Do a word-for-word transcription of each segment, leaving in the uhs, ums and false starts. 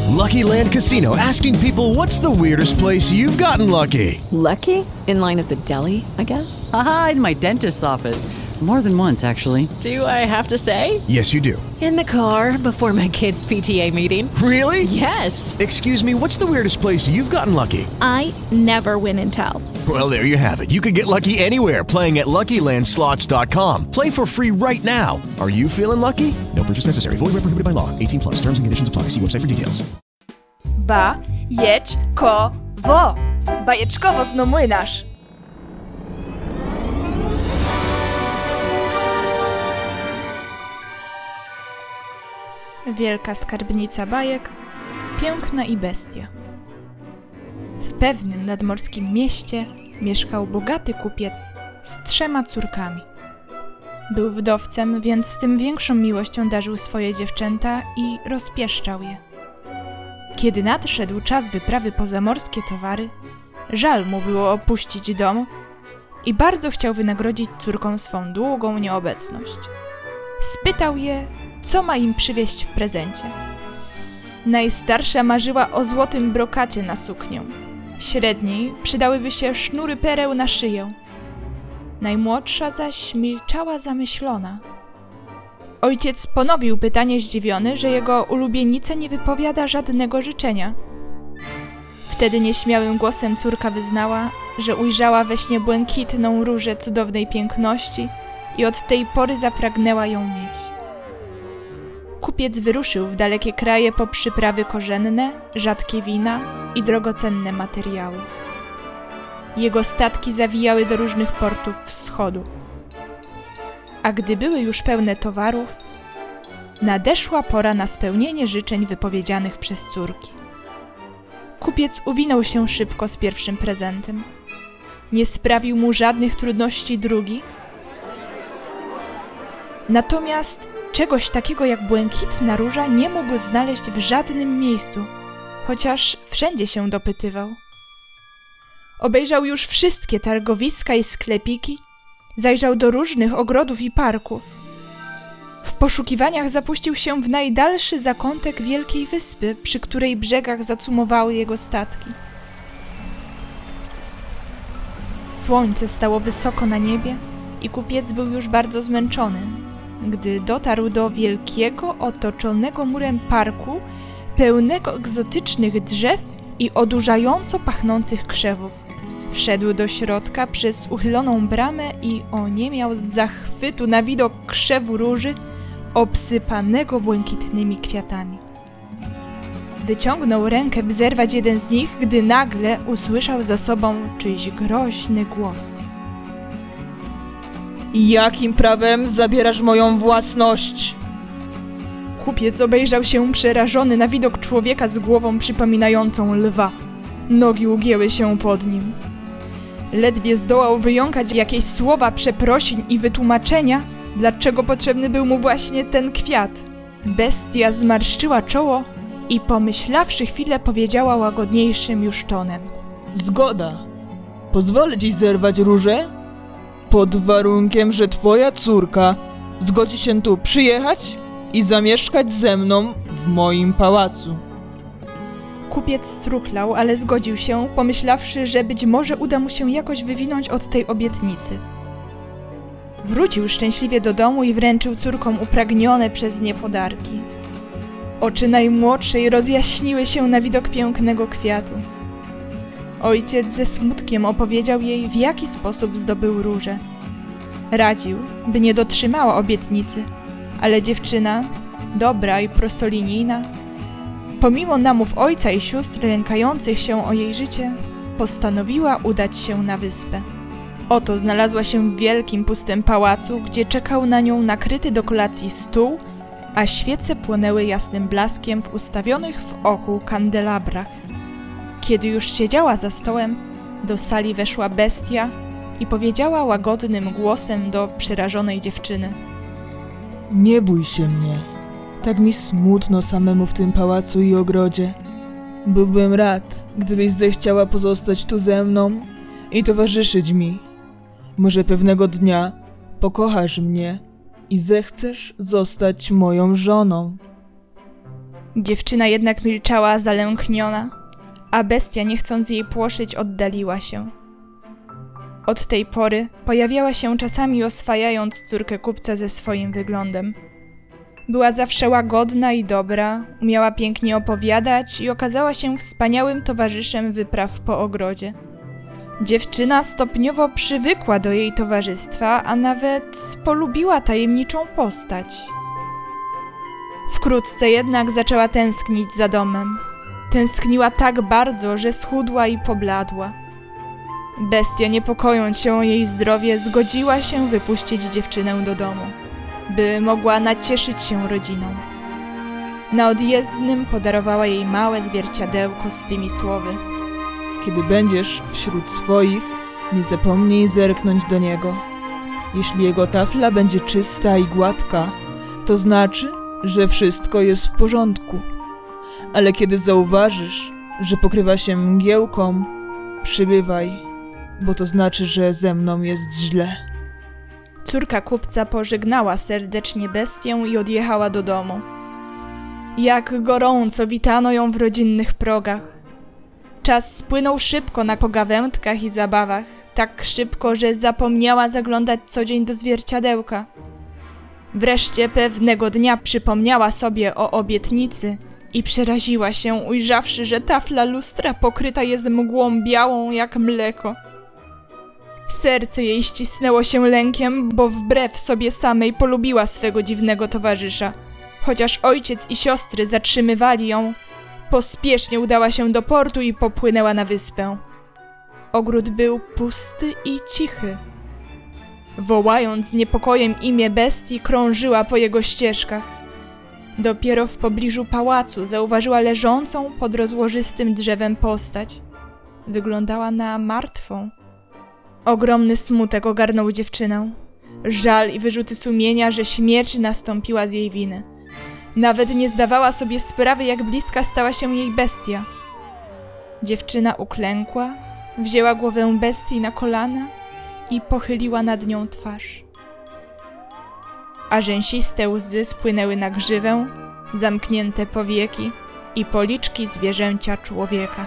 Lucky Land Casino, asking people, what's the weirdest place you've gotten lucky? Lucky? In line at the deli, I guess? Aha, in my dentist's office. More than once, actually. Do I have to say? Yes, you do. In the car before my kids' P T A meeting. Really? Yes. Excuse me, what's the weirdest place you've gotten lucky? I never win and tell. Well, there you have it. You can get lucky anywhere, playing at Lucky Land Slots dot com. Play for free right now. Are you feeling lucky? No purchase necessary. Void where prohibited by law. eighteen plus. Terms and conditions apply. See website for details. Bajeczkowo. Bajeczkowo zno młynarz. Wielka skarbnica bajek, piękna i bestia. W pewnym nadmorskim mieście mieszkał bogaty kupiec z trzema córkami. Był wdowcem, więc z tym większą miłością darzył swoje dziewczęta i rozpieszczał je. Kiedy nadszedł czas wyprawy po zamorskie towary, żal mu było opuścić dom i bardzo chciał wynagrodzić córkom swą długą nieobecność. Spytał je, co ma im przywieźć w prezencie. Najstarsza marzyła o złotym brokacie na suknię. Średniej przydałyby się sznury pereł na szyję. Najmłodsza zaś milczała zamyślona. Ojciec ponowił pytanie zdziwiony, że jego ulubienica nie wypowiada żadnego życzenia. Wtedy nieśmiałym głosem córka wyznała, że ujrzała we śnie błękitną różę cudownej piękności i od tej pory zapragnęła ją mieć. Kupiec wyruszył w dalekie kraje po przyprawy korzenne, rzadkie wina i drogocenne materiały. Jego statki zawijały do różnych portów wschodu. A gdy były już pełne towarów, nadeszła pora na spełnienie życzeń wypowiedzianych przez córki. Kupiec uwinął się szybko z pierwszym prezentem. Nie sprawił mu żadnych trudności drugi. Natomiast czegoś takiego jak błękitna róża nie mógł znaleźć w żadnym miejscu, chociaż wszędzie się dopytywał. Obejrzał już wszystkie targowiska i sklepiki, zajrzał do różnych ogrodów i parków. W poszukiwaniach zapuścił się w najdalszy zakątek wielkiej wyspy, przy której brzegach zacumowały jego statki. Słońce stało wysoko na niebie i kupiec był już bardzo zmęczony, gdy dotarł do wielkiego, otoczonego murem parku, pełnego egzotycznych drzew i odurzająco pachnących krzewów. Wszedł do środka przez uchyloną bramę i oniemiał z zachwytu na widok krzewu róży obsypanego błękitnymi kwiatami. Wyciągnął rękę, by zerwać jeden z nich, gdy nagle usłyszał za sobą czyjś groźny głos. Jakim prawem zabierasz moją własność? Kupiec obejrzał się przerażony na widok człowieka z głową przypominającą lwa. Nogi ugięły się pod nim. Ledwie zdołał wyjąkać jakieś słowa przeprosin i wytłumaczenia, dlaczego potrzebny był mu właśnie ten kwiat. Bestia zmarszczyła czoło i pomyślawszy chwilę powiedziała łagodniejszym już tonem. Zgoda. Pozwolę ci zerwać różę, pod warunkiem, że twoja córka zgodzi się tu przyjechać i zamieszkać ze mną w moim pałacu. Kupiec struchlał, ale zgodził się, pomyślawszy, że być może uda mu się jakoś wywinąć od tej obietnicy. Wrócił szczęśliwie do domu i wręczył córkom upragnione przez nie podarki. Oczy najmłodszej rozjaśniły się na widok pięknego kwiatu. Ojciec ze smutkiem opowiedział jej, w jaki sposób zdobył różę. Radził, by nie dotrzymała obietnicy, ale dziewczyna, dobra i prostolinijna, pomimo namów ojca i sióstr lękających się o jej życie, postanowiła udać się na wyspę. Oto znalazła się w wielkim, pustym pałacu, gdzie czekał na nią nakryty do kolacji stół, a świece płonęły jasnym blaskiem w ustawionych w oku kandelabrach. Kiedy już siedziała za stołem, do sali weszła bestia i powiedziała łagodnym głosem do przerażonej dziewczyny. Nie bój się mnie. Tak mi smutno samemu w tym pałacu i ogrodzie. Byłbym rad, gdybyś zechciała pozostać tu ze mną i towarzyszyć mi. Może pewnego dnia pokochasz mnie i zechcesz zostać moją żoną. Dziewczyna jednak milczała zalękniona, a bestia, nie chcąc jej płoszyć, oddaliła się. Od tej pory pojawiała się czasami, oswajając córkę kupca ze swoim wyglądem. Była zawsze łagodna i dobra, umiała pięknie opowiadać i okazała się wspaniałym towarzyszem wypraw po ogrodzie. Dziewczyna stopniowo przywykła do jej towarzystwa, a nawet polubiła tajemniczą postać. Wkrótce jednak zaczęła tęsknić za domem. Tęskniła tak bardzo, że schudła i pobladła. Bestia, niepokojąc się o jej zdrowie, zgodziła się wypuścić dziewczynę do domu, by mogła nacieszyć się rodziną. Na odjezdnym podarowała jej małe zwierciadełko z tymi słowy: Kiedy będziesz wśród swoich, nie zapomnij zerknąć do niego. Jeśli jego tafla będzie czysta i gładka, to znaczy, że wszystko jest w porządku. Ale kiedy zauważysz, że pokrywa się mgiełką, przybywaj, bo to znaczy, że ze mną jest źle. Córka kupca pożegnała serdecznie bestię i odjechała do domu. Jak gorąco witano ją w rodzinnych progach. Czas spłynął szybko na pogawędkach i zabawach, tak szybko, że zapomniała zaglądać co dzień do zwierciadełka. Wreszcie pewnego dnia przypomniała sobie o obietnicy i przeraziła się, ujrzawszy, że tafla lustra pokryta jest mgłą białą jak mleko. Serce jej ścisnęło się lękiem, bo wbrew sobie samej polubiła swego dziwnego towarzysza. Chociaż ojciec i siostry zatrzymywali ją, pospiesznie udała się do portu i popłynęła na wyspę. Ogród był pusty i cichy. Wołając z niepokojem imię bestii, krążyła po jego ścieżkach. Dopiero w pobliżu pałacu zauważyła leżącą pod rozłożystym drzewem postać. Wyglądała na martwą. Ogromny smutek ogarnął dziewczynę. Żal i wyrzuty sumienia, że śmierć nastąpiła z jej winy. Nawet nie zdawała sobie sprawy, jak bliska stała się jej bestia. Dziewczyna uklękła, wzięła głowę bestii na kolana i pochyliła nad nią twarz. A rzęsiste łzy spłynęły na grzywę, zamknięte powieki i policzki zwierzęcia człowieka.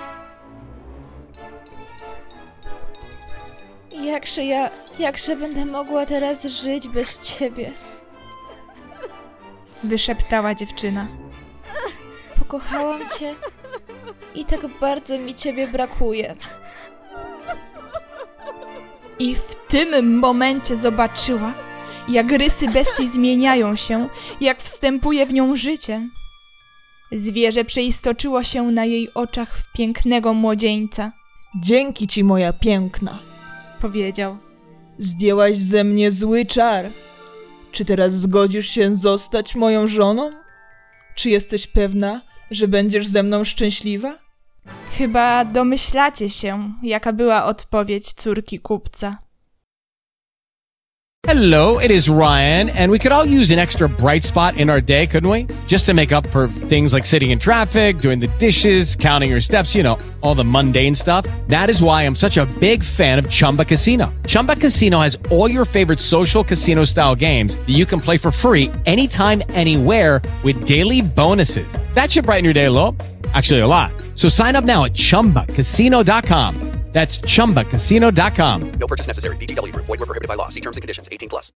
Jakże ja, jakże będę mogła teraz żyć bez ciebie? Wyszeptała dziewczyna. Pokochałam cię i tak bardzo mi ciebie brakuje. I w tym momencie zobaczyła, jak rysy bestii zmieniają się, jak wstępuje w nią życie. Zwierzę przeistoczyło się na jej oczach w pięknego młodzieńca. Dzięki ci, moja piękna, powiedział. Zdjęłaś ze mnie zły czar. Czy teraz zgodzisz się zostać moją żoną? Czy jesteś pewna, że będziesz ze mną szczęśliwa? Chyba domyślacie się, jaka była odpowiedź córki kupca. Hello, it is Ryan, and we could all use an extra bright spot in our day, couldn't we? Just to make up for things like sitting in traffic, doing the dishes, counting your steps, you know, all the mundane stuff. That is why I'm such a big fan of Chumba Casino. Chumba Casino has all your favorite social casino-style games that you can play for free anytime, anywhere with daily bonuses. That should brighten your day a little. Actually, a lot. So sign up now at chumba casino dot com. That's chumba casino dot com. No purchase necessary. V G W Group. Void where prohibited by law. See terms and conditions. eighteen plus.